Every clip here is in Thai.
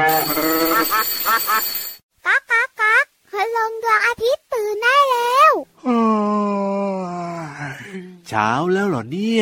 ก๊ากก๊ากก๊ากคืนลงดวงอาทิตย์ตื่นได้แล้วเช้าแล้วเหรอเนี่ย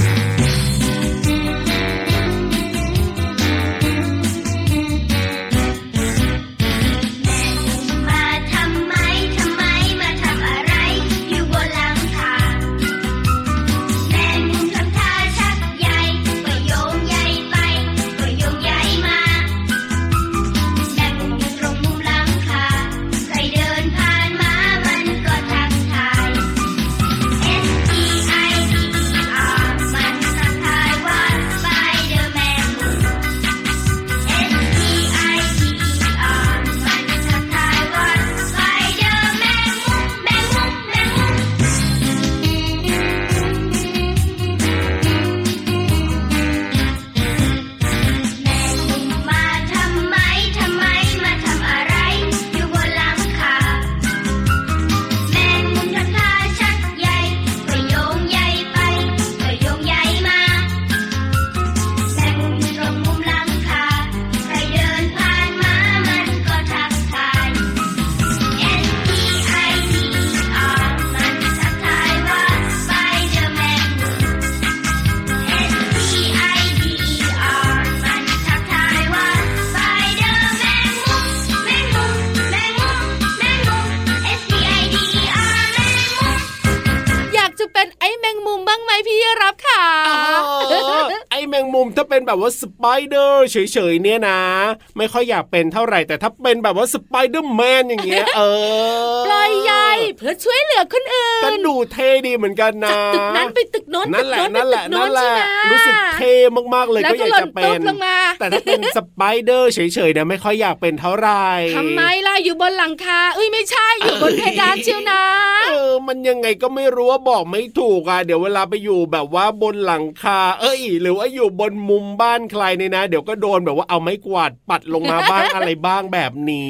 ถ้าเป็นแบบว่าสไปเดอร์เฉยๆเนี่ยนะไม่ค่อยอยากเป็นเท่าไหร่แต่ถ้าเป็นแบบว่าสไปเดอร์แมนอย่างเงี้ยปล่อยใยเพื่อช่วยเหลือคนอื่นก็ดูเท่ดีเหมือนกันนะจากตึกนั้นไปตึกโน้นนั่นแหละรู้สึกเท่มากๆเลยก็อยากจะเป็นแต่ถ้าเป็นสไปเดอร์เฉยๆเนี่ยไม่ค่อยอยากเป็นเท่าไหร่ทำไมล่ะอยู่บนหลังคาไม่ใช่อยู่บนเพดานเชียวนะมันยังไงก็ไม่รู้ว่าบอกไม่ถูกอ่ะเดี๋ยวเวลาไปอยู่แบบว่าบนหลังคาหรือว่าอยู่บนมุมบ้านใครเนี่ยนะเดี๋ยวก็โดนแบบว่าเอาไม้กวาดปัดลงมาบ้าง อะไรบ้างแบบนี้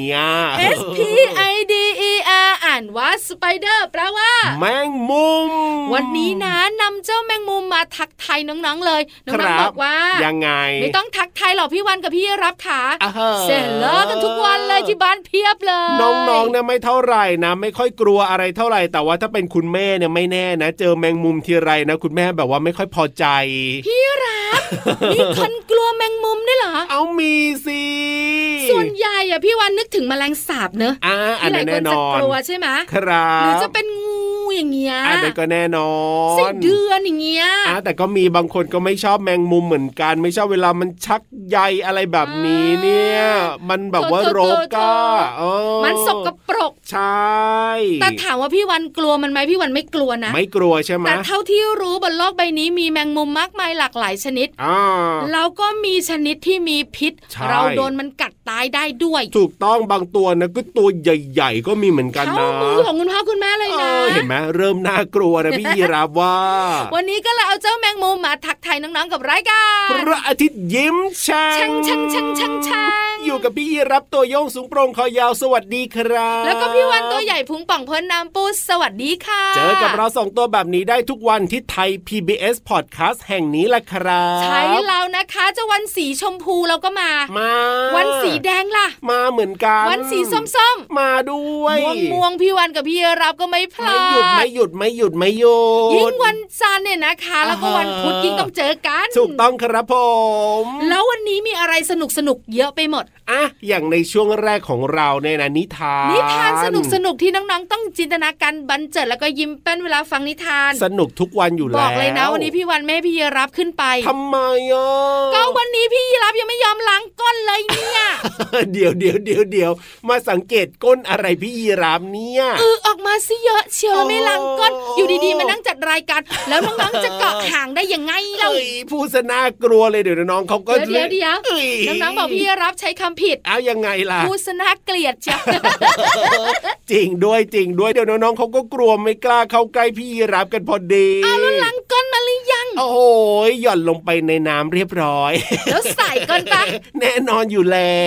SPIDER อ่านว่าสไปเดอร์แปลว่าแมงมุมวันนี้นะนำเจ้าแมงมุมมาทักทายน้องๆเลยน้องๆบอกว่ายังไงไม่ต้องทักทายหรอกพี่วันกับพี่รับขาเสร็จแล้วกันทุกวันเลยที่บ้านเพียบเลยน้องๆเนี่ยไม่เท่าไหร่นะไม่ค่อยกลัวอะไรเท่าไหร่แต่ว่าถ้าเป็นคุณแม่เนี่ยไม่แน่นะเจอแมงมุมทีไรนะคุณแม่แบบว่าไม่ค่อยพอใจพี่รับมีคนกลัวแมงมุมด้วยเหรอเอามีสิส่วนใหญ่อะพี่วันนึกถึงแมลงสาบเนอะอันนั้นแน่นอนกลัวใช่ไหมครับหรือจะเป็นงูอย่างเงี้ยอันนั้นก็แน่นอนไส้เดือนอย่างเงี้ยแต่ก็มีบางคนก็ไม่ชอบแมงมุมเหมือนกันไม่ชอบเวลามันชักใยอะไรแบบนี้เนี่ยมันแบบว่ารกก้ามันสกปรกใช่แต่ถามว่าพี่วันกลัวมันไหมพี่วันไม่กลัวนะไม่กลัวใช่ไหมแต่เท่าที่รู้บนโลกใบนี้มีแมงมุมมากมายหลากหลายชนิดแล้วก็มีชนิดที่มีพิษเราโดนมันกัดตายได้ด้วยถูกต้องบางตัวนะก็ตัวใหญ่ๆก็มีเหมือนกันนะเท่ามือของคุณพ่อคุณแม่เลยนะเห็นไหมเริ่มน่ากลัวนะพี่ยีราฟว่าวันนี้ก็เลยเอาเจ้าแมงมุมมาทักทายน้องๆกับรายการพระอาทิตย์ยิ้มช่างอยู่กับพี่ยีราฟตัวโยงสูงโปร่งคอยาวสวัสดีครับแล้วก็พี่วันตัวใหญ่พุงป่องพ้นน้ำปูสวัสดีค่ะเจอกับเราสองตัวแบบนี้ได้ทุกวันที่ไทย PBS Podcast แห่งนี้แหละครับใช่แล้วนะคะจะวันสีชมพูเราก็มาวันสีแดงล่ะมาเหมือนกันวันสีส้มๆมาด้วยม่วงพี่วันกับพี่รับก็ไม่พลาดไม่หยุดยิ่งวันจันทร์เนี่ยนะคะแล้วก็วันพุธยิ่งต้องเจอกันถูกต้องครับผมแล้ววันนี้มีอะไรสนุกเยอะไปหมดอย่างในช่วงแรกของเราเนี่ยนะนิทานสนุกที่น้องๆต้องจินตนาการบันเจิดแล้วก็ยิ้มแป้นเวลาฟังนิทานสนุกทุกวันอยู่แล้วบอกเลยนะวันนี้พี่วันแม่พี่รับขึ้นไปทำไมก็วันนี้พี่รับยังไม่ยอมล้างก้นเลยเนี่ยเดี๋ยวมาสังเกตก้นอะไรพี่ยีราฟเนี่ยออกมาซิเยอะเชียวไม่ล้างก้นอยู่ดีๆมานั่งจัดรายการแล้วน้องๆจะเกาะห่างได้ยังไงเล่าพูดซะน่ากลัวเลยเดี๋ยวน้องเขาก็เดี๋ยวน้องๆบอกพี่รับใช้คำผิดเอายังไงล่ะพูดซะน่าเกลียดจ้ะจริงด้วยเดี๋ยวน้องๆเขาก็กลัวไม่กล้าเข้าใกล้พี่ยีราฟกันพอดีแล้วล้างก้นมาหรือยังโอ้โหหย่อนลงไปในน้ำเรียบร้อยแล้วใส่ก้นปะแน่นอนอยู่แล้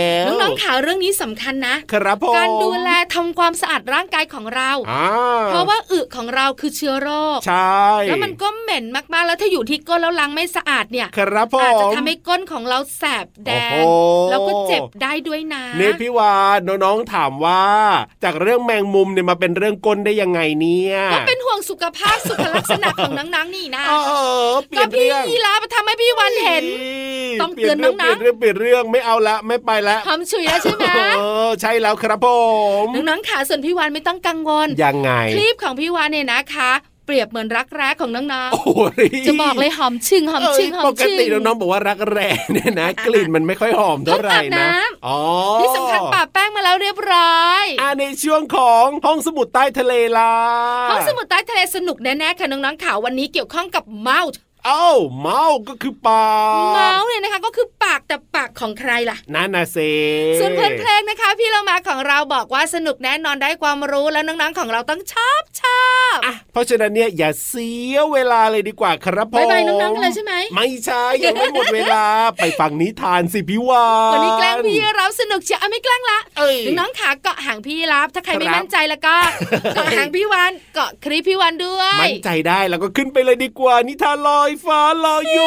วน้องๆข่าวเรื่องนี้สำคัญนะครับผมการดูแลทำความสะอาดร่างกายของเราเพราะว่าอึของเราคือเชื้อโรคใช่แล้วมันก็เหม็นมากๆแล้วถ้าอยู่ที่ก้นแล้วล้างไม่สะอาดเนี่ยอาจจะทำให้ก้นของเราแสบแดงแล้วก็เจ็บได้ด้วยนะนี่พี่วานน้องๆถามว่าจากเรื่องแมงมุมเนี่ยมาเป็นเรื่องก้นได้ยังไงเนี่ยก็เป็นห่วงสุขภาพสุขลักษณะของน้องๆนี่นะก็พี่ยีราฟทำให้พี่วันเห็นต้องเตือนน้องๆเปลี่ยนเรื่องไม่เอาละไม่ไปละหอมฉุยแล้วใช่ไหมใช่แล้วครับผมน้องๆขาส่วนพี่วันไม่ต้องกังวลยังไงคลิปของพี่วันเนี่ยนะคะเปรียบเหมือนรักแร้ของน้องๆจะบอกเลยหอมชึ่งหอมชึ่งหอมชึ่งปกติน้องๆบอกว่ารักแร้เนี่ยนะกลิ่นมันไม่ค่อยหอมเท่าไหร่นะที่สำคัญปะแป้งมาแล้วเรียบร้อยในช่วงของห้องสมุดใต้ทะเลล่ะห้องสมุดใต้ทะเลสนุกแน่ๆค่ะน้องๆข่าววันนี้เกี่ยวข้องกับเมาส์เมาก็คือปากเมาเนี่ยนะคะก็คือปากแต่ปากของใครล่ะนั่นน่ะสิส่วนเพลงนะคะพี่เรามาของเราบอกว่าสนุกแน่นอนได้ความรู้แล้วน้องๆของเราต้องชอบเพราะฉะนั้นเนี่ยอย่าเสียเวลาเลยดีกว่าครับผมไปน้องๆเลยใช่ไหมไม่ใช่ยังไม่หมดเวลาไปฟังนิทานสิพี่วานวันนี้แกล้งพี่รับสนุกเชียวไม่แกล้งละน้องๆขาเกาะหางพี่รับถ้าใครไม่มั่นใจแล้วก็เกาะหางพี่วานเกาะคลิปพี่วานด้วยมั่นใจได้แล้วก็ขึ้นไปเลยดีกว่านิทานลอยฟ้ารออยู่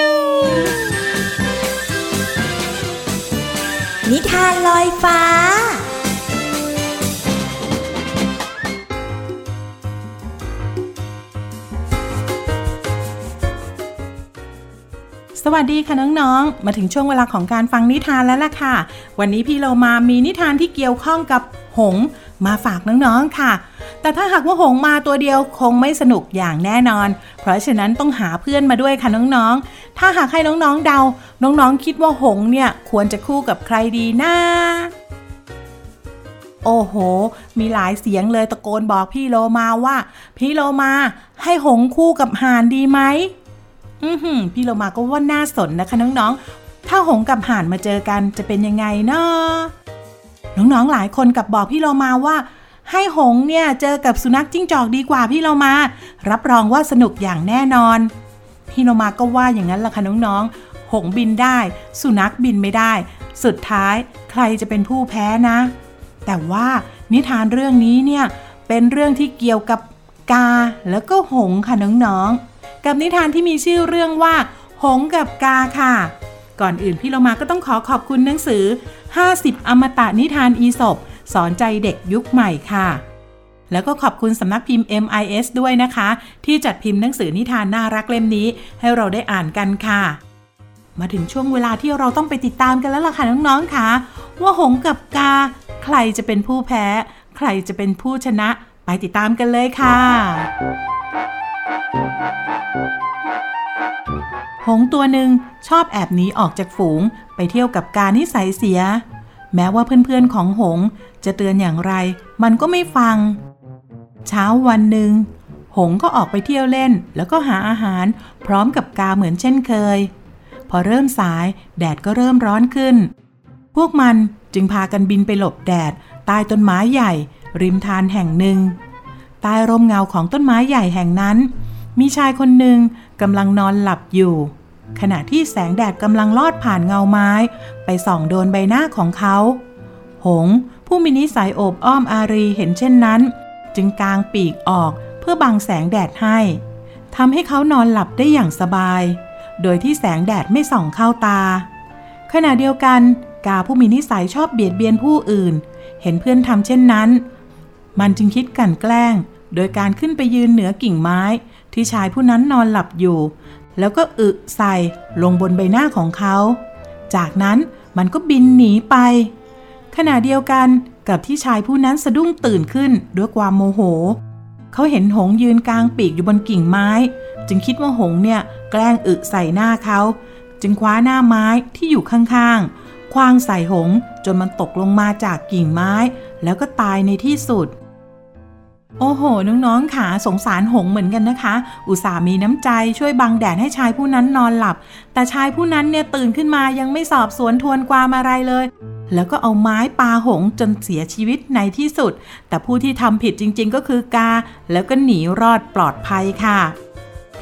นิทานลอยฟ้าสวัสดีค่ะน้องๆมาถึงช่วงเวลาของการฟังนิทานแล้วล่ะค่ะวันนี้พี่โลมามีนิทานที่เกี่ยวข้องกับหงส์มาฝากน้องๆค่ะแต่ถ้าหากว่าหงส์มาตัวเดียวคงไม่สนุกอย่างแน่นอนเพราะฉะนั้นต้องหาเพื่อนมาด้วยค่ะน้องๆถ้าหากให้น้องๆเดาน้องๆคิดว่าหงส์เนี่ยควรจะคู่กับใครดีนะโอ้โหมีหลายเสียงเลยตะโกนบอกพี่โลมาว่าพี่โลมาให้หงส์คู่กับห่านดีไหมพี่โลมาก็ว่าน่าสนนะคะน้องๆถ้าหงส์กับห่านมาเจอกันจะเป็นยังไงเนาะน้องๆหลายคนกับบอกพี่โลมาว่าให้หงส์เนี่ยเจอกับสุนัขจิ้งจอกดีกว่าพี่โลมารับรองว่าสนุกอย่างแน่นอนพี่โลมาก็ว่าอย่างนั้นล่ะค่ะน้องๆหงส์บินได้สุนัขบินไม่ได้สุดท้ายใครจะเป็นผู้แพ้นะแต่ว่านิทานเรื่องนี้เนี่ยเป็นเรื่องที่เกี่ยวกับกาแล้วก็หงส์ค่ะน้องๆกับนิทานที่มีชื่อเรื่องว่าหงส์กับกาค่ะก่อนอื่นพี่โลมาก็ต้องขอบคุณหนังสือ50อมตะนิทานอีสปสอนใจเด็กยุคใหม่ค่ะแล้วก็ขอบคุณสำนักพิมพ์ MIS ด้วยนะคะที่จัดพิมพ์หนังสือนิทานน่ารักเล่มนี้ให้เราได้อ่านกันค่ะมาถึงช่วงเวลาที่เราต้องไปติดตามกันแล้วล่ะค่ะน้องๆค่ะว่าหงส์กับกาใครจะเป็นผู้แพ้ใครจะเป็นผู้ชนะไปติดตามกันเลยค่ะหงส์ตัวหนึ่งชอบแอบหนีออกจากฝูงไปเที่ยวกับกานิสัยเสียแม้ว่าเพื่อนๆของหงส์จะเตือนอย่างไรมันก็ไม่ฟังเช้าวันหนึ่งหงส์ก็ออกไปเที่ยวเล่นแล้วก็หาอาหารพร้อมกับกาเหมือนเช่นเคยพอเริ่มสายแดดก็เริ่มร้อนขึ้นพวกมันจึงพากันบินไปหลบแดดใต้ต้นไม้ใหญ่ริมทานแห่งหนึ่งใต้ร่มเงาของต้นไม้ใหญ่แห่งนั้นมีชายคนหนึ่งกำลังนอนหลับอยู่ขณะที่แสงแดดกำลังลอดผ่านเงาไม้ไปส่องโดนใบหน้าของเขาหงส์ผู้มีนิสัยโอบอ้อมอารีเห็นเช่นนั้นจึงกางปีกออกเพื่อบังแสงแดดให้ทำให้เขานอนหลับได้อย่างสบายโดยที่แสงแดดไม่ส่องเข้าตาขณะเดียวกันกาผู้มีนิสัยชอบเบียดเบียนผู้อื่นเห็นเพื่อนทำเช่นนั้นมันจึงคิดกลั่นแกล้งโดยการขึ้นไปยืนเหนือกิ่งไม้ที่ชายผู้นั้นนอนหลับอยู่แล้วก็ใส่ลงบนใบหน้าของเขาจากนั้นมันก็บินหนีไปขณะเดียวกันกับที่ชายผู้นั้นสะดุ้งตื่นขึ้นด้วยความโมโหเขาเห็นหงส์ยืนกลางปีกอยู่บนกิ่งไม้จึงคิดว่าหงส์เนี่ยแกล้งใส่หน้าเขาจึงคว้าหน้าไม้ที่อยู่ข้างๆขว้างใส่หงส์จนมันตกลงมาจากกิ่งไม้แล้วก็ตายในที่สุดโอ้โหน้องๆค่ะสงสารหงส์เหมือนกันนะคะอุตส่าห์มีน้ำใจช่วยบังแดดให้ชายผู้นั้นนอนหลับแต่ชายผู้นั้นเนี่ยตื่นขึ้นมายังไม่สอบสวนทวนความอะไรเลยแล้วก็เอาไม้ปาหงส์จนเสียชีวิตในที่สุดแต่ผู้ที่ทำผิดจริงๆก็คือกาแล้วก็หนีรอดปลอดภัยค่ะพ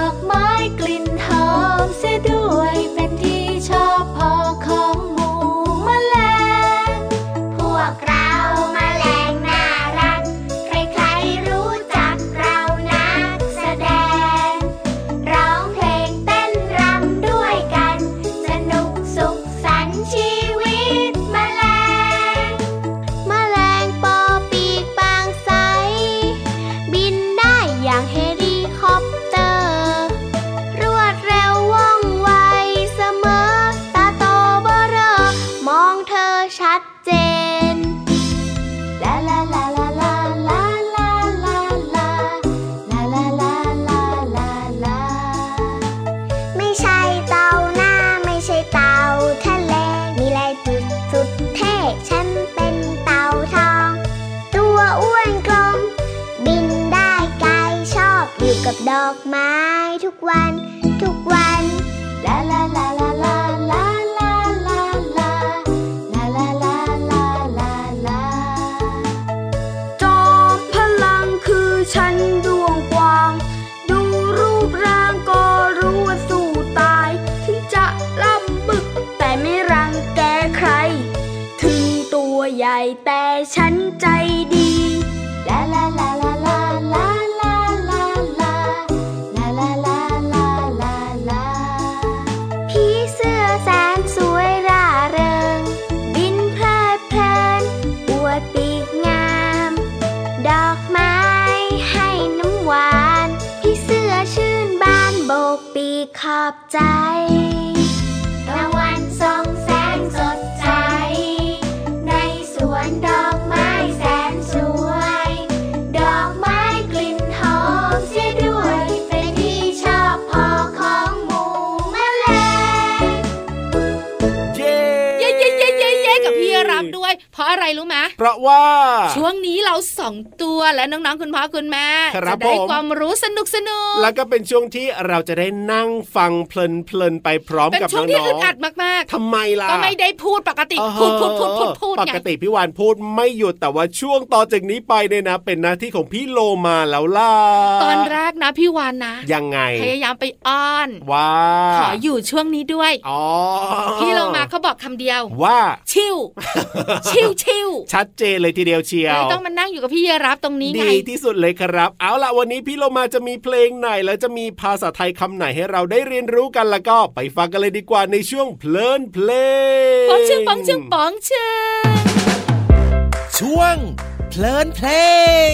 กับดอกไม้ทุกวันทุกวันลาลาลาลาลาลาลาลาลาลาลาลาลาลาลาจอมพลังคือฉันดวงกว้างดูรูปร่างก็รู้ว่าสู้ตายถึงจะล่ำบึกแต่ไม่รังแกใครถึงตัวใหญ่แต่ฉันใจดีลาลาลาลาลาลาลาลาลาลาลาลาลาลาลาผีเสื้อแสนสวยร่าเริงบินเพลิดเพลินอวดปีกงามดอกไม้ให้น้ำหวานผีเสื้อชื่นบานโบกปีกขอบใจตะวันส่องแสงสดใสในสวนดอกไม้แสนสวยดอกไม้กลิ่นหอมเสียด้วยเป็นที่ชอบพอของหมู่แมลงเย้เย้เย้เย้เย้เย้กับพี่รับด้วยเพราะอะไรรู้ไหมเพราะว่าช่วงนี้เรา2ตัวและน้องๆคุณพ่อคุณแม่จะได้ความรู้สนุกแล้วก็เป็นช่วงที่เราจะได้นั่งฟังเพลินไปพร้อมกับน้องๆเป็นช่วงที่อึดอัดมากๆทำไมล่ะก็ไม่ได้พูดปกติพูดปกติพี่วานพูดไม่หยุดแต่ว่าช่วงต่อจากนี้ไปเนี่ยนะเป็นหน้าที่ของพี่โลมาแล้วล่ะตอนแรกนะพี่วานนะยังไงพยายามไปอ้อนว่าขออยู่ช่วงนี้ด้วยพี่โลมาเขาบอกคำเดียวว่าชิวชัดเจนเลยทีเดียวเชียวต้องมานั่งอยู่กับพี่รับตรงนี้ไงดีที่สุดเลยครับเอาล่ะวันนี้พี่โลมาจะมีเพลงไหนแล้วจะมีภาษาไทยคำไหนให้เราได้เรียนรู้กันแล้วก็ไปฟังกันเลยดีกว่าในช่วงเพลินเพลงป๋องเชิงช่วงเพลินเพลง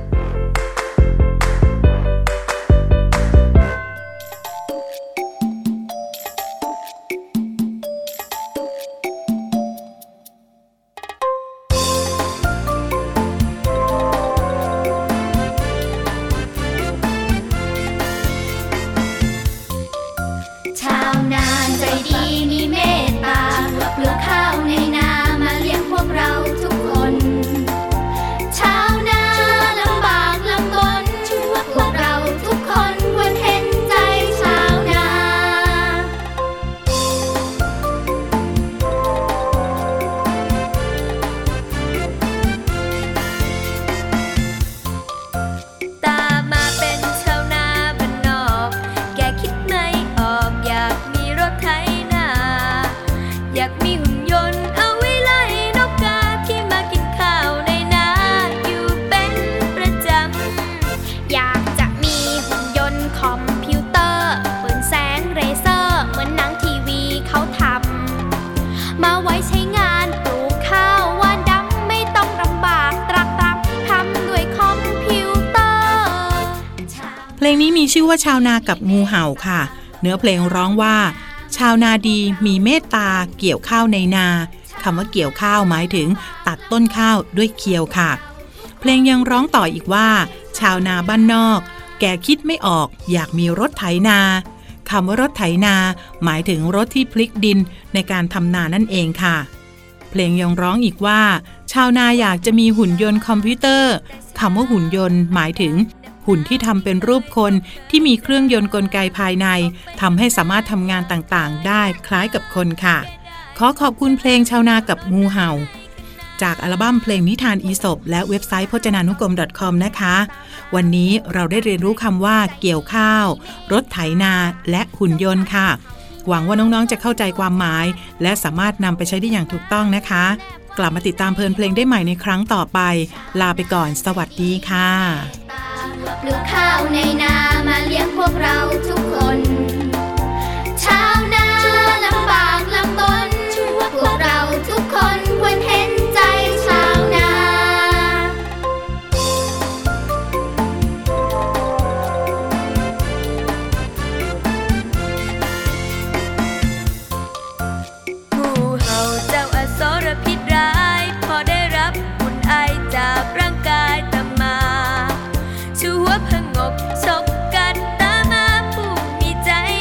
เพลงนี้มีชื่อว่าชาวนากับงูเห่าค่ะเนื้อเพลงร้องว่าชาวนาดีมีเมตตาเกี่ยวข้าวในนาคำว่าเกี่ยวข้าวหมายถึงตัดต้นข้าวด้วยเคียวค่ะเพลงยังร้องต่ออีกว่าชาวนาบ้านนอกแกคิดไม่ออกอยากมีรถไถนาคำว่ารถไถนาหมายถึงรถที่พลิกดินในการทำนานั่นเองค่ะเพลงยังร้องอีกว่าชาวนาอยากจะมีหุ่นยนต์คอมพิวเตอร์คำว่าหุ่นยนต์หมายถึงหุ่นที่ทำเป็นรูปคนที่มีเครื่องยนต์กลไกภายในทำให้สามารถทำงานต่างๆได้คล้ายกับคนค่ะขอขอบคุณเพลงชาวนากับงูเห่าจากอัลบั้มเพลงนิทานอีสปและเว็บไซต์พจนานุกรม .com นะคะวันนี้เราได้เรียนรู้คำว่าเกี่ยวข้าวรถไถนาและหุ่นยนต์ค่ะหวังว่าน้องๆจะเข้าใจความหมายและสามารถนำไปใช้ได้อย่างถูกต้องนะคะกลับมาติดตามเพลินเพลงได้ใหม่ในครั้งต่อไปลาไปก่อนสวัสดีค่ะปลูกข้าวในนามาเลี้ยงพวกเราทุกคนชาวนาลำบากลำบนพวกเราทุกคนควรเห็นใจชาวนางูเห่าเจ้าอสรพิษร้ายพอได้รับฝุ่นไอจากร่างกายตามมาชั่วผงกศกกันตามาผู้มีใจ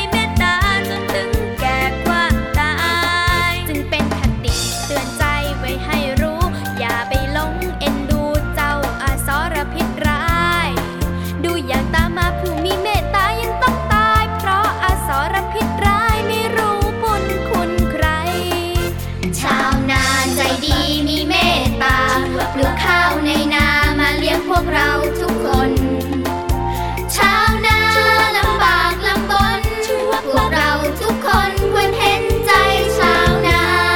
เราทุกคนชาวนาลำบากลำบนพวกเราทุกคนควรเห็นใจชาวนา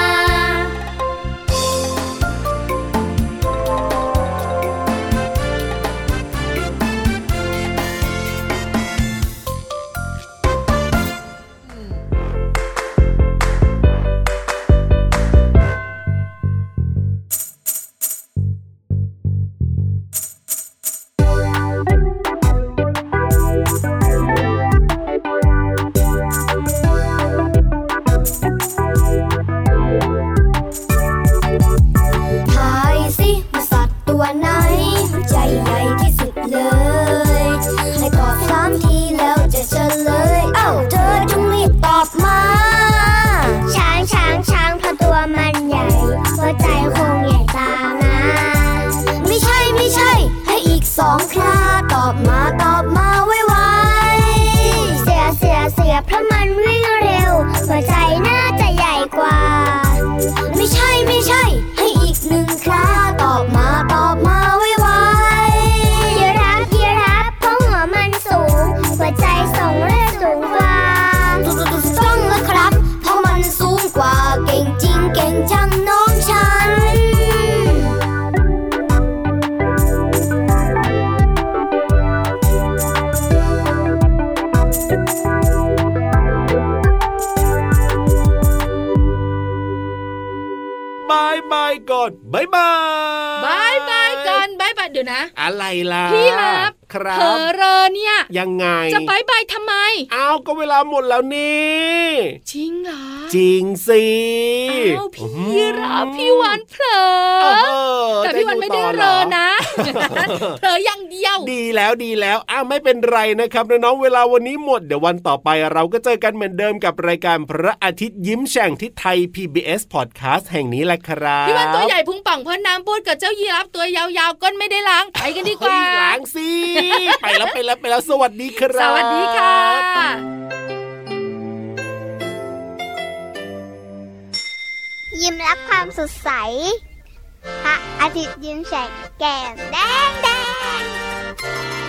บายก่อนบายบายก่อนบายเดี๋ยวนะอะไรล่ะพี่รับครับเธอเรอเนี่ยยังไงจะบายทำไมอ้าวก็เวลาหมดแล้วนี่จริงเหรอจริงสิอ้าวพี่รับพี่วันเผลอแต่พี่วันไม่ได้เรอนะเผลออย่างเดียวดีแล้วอ้าวไม่เป็นไรนะครับน้องๆเวลาวันนี้หมดเดี๋ยววันต่อไปเราก็เจอกันเหมือนเดิมกับรายการพระอาทิตย์ยิ้มแฉ่งที่ไทย PBS Podcast แห่งนี้แหละครับพี่วันตัวใหญ่พุงป่องพ่นน้ำพูดกับเจ้ายีราฟตัวยาวๆก้นไม่ได้ล้างไปกันดีกว่าล้างสิไปแล้วสวัสดีครับสวัสดีค่ะยิ้มรับความสดใสพระอาทิตย์ยิ้มแฉกแก้มแดง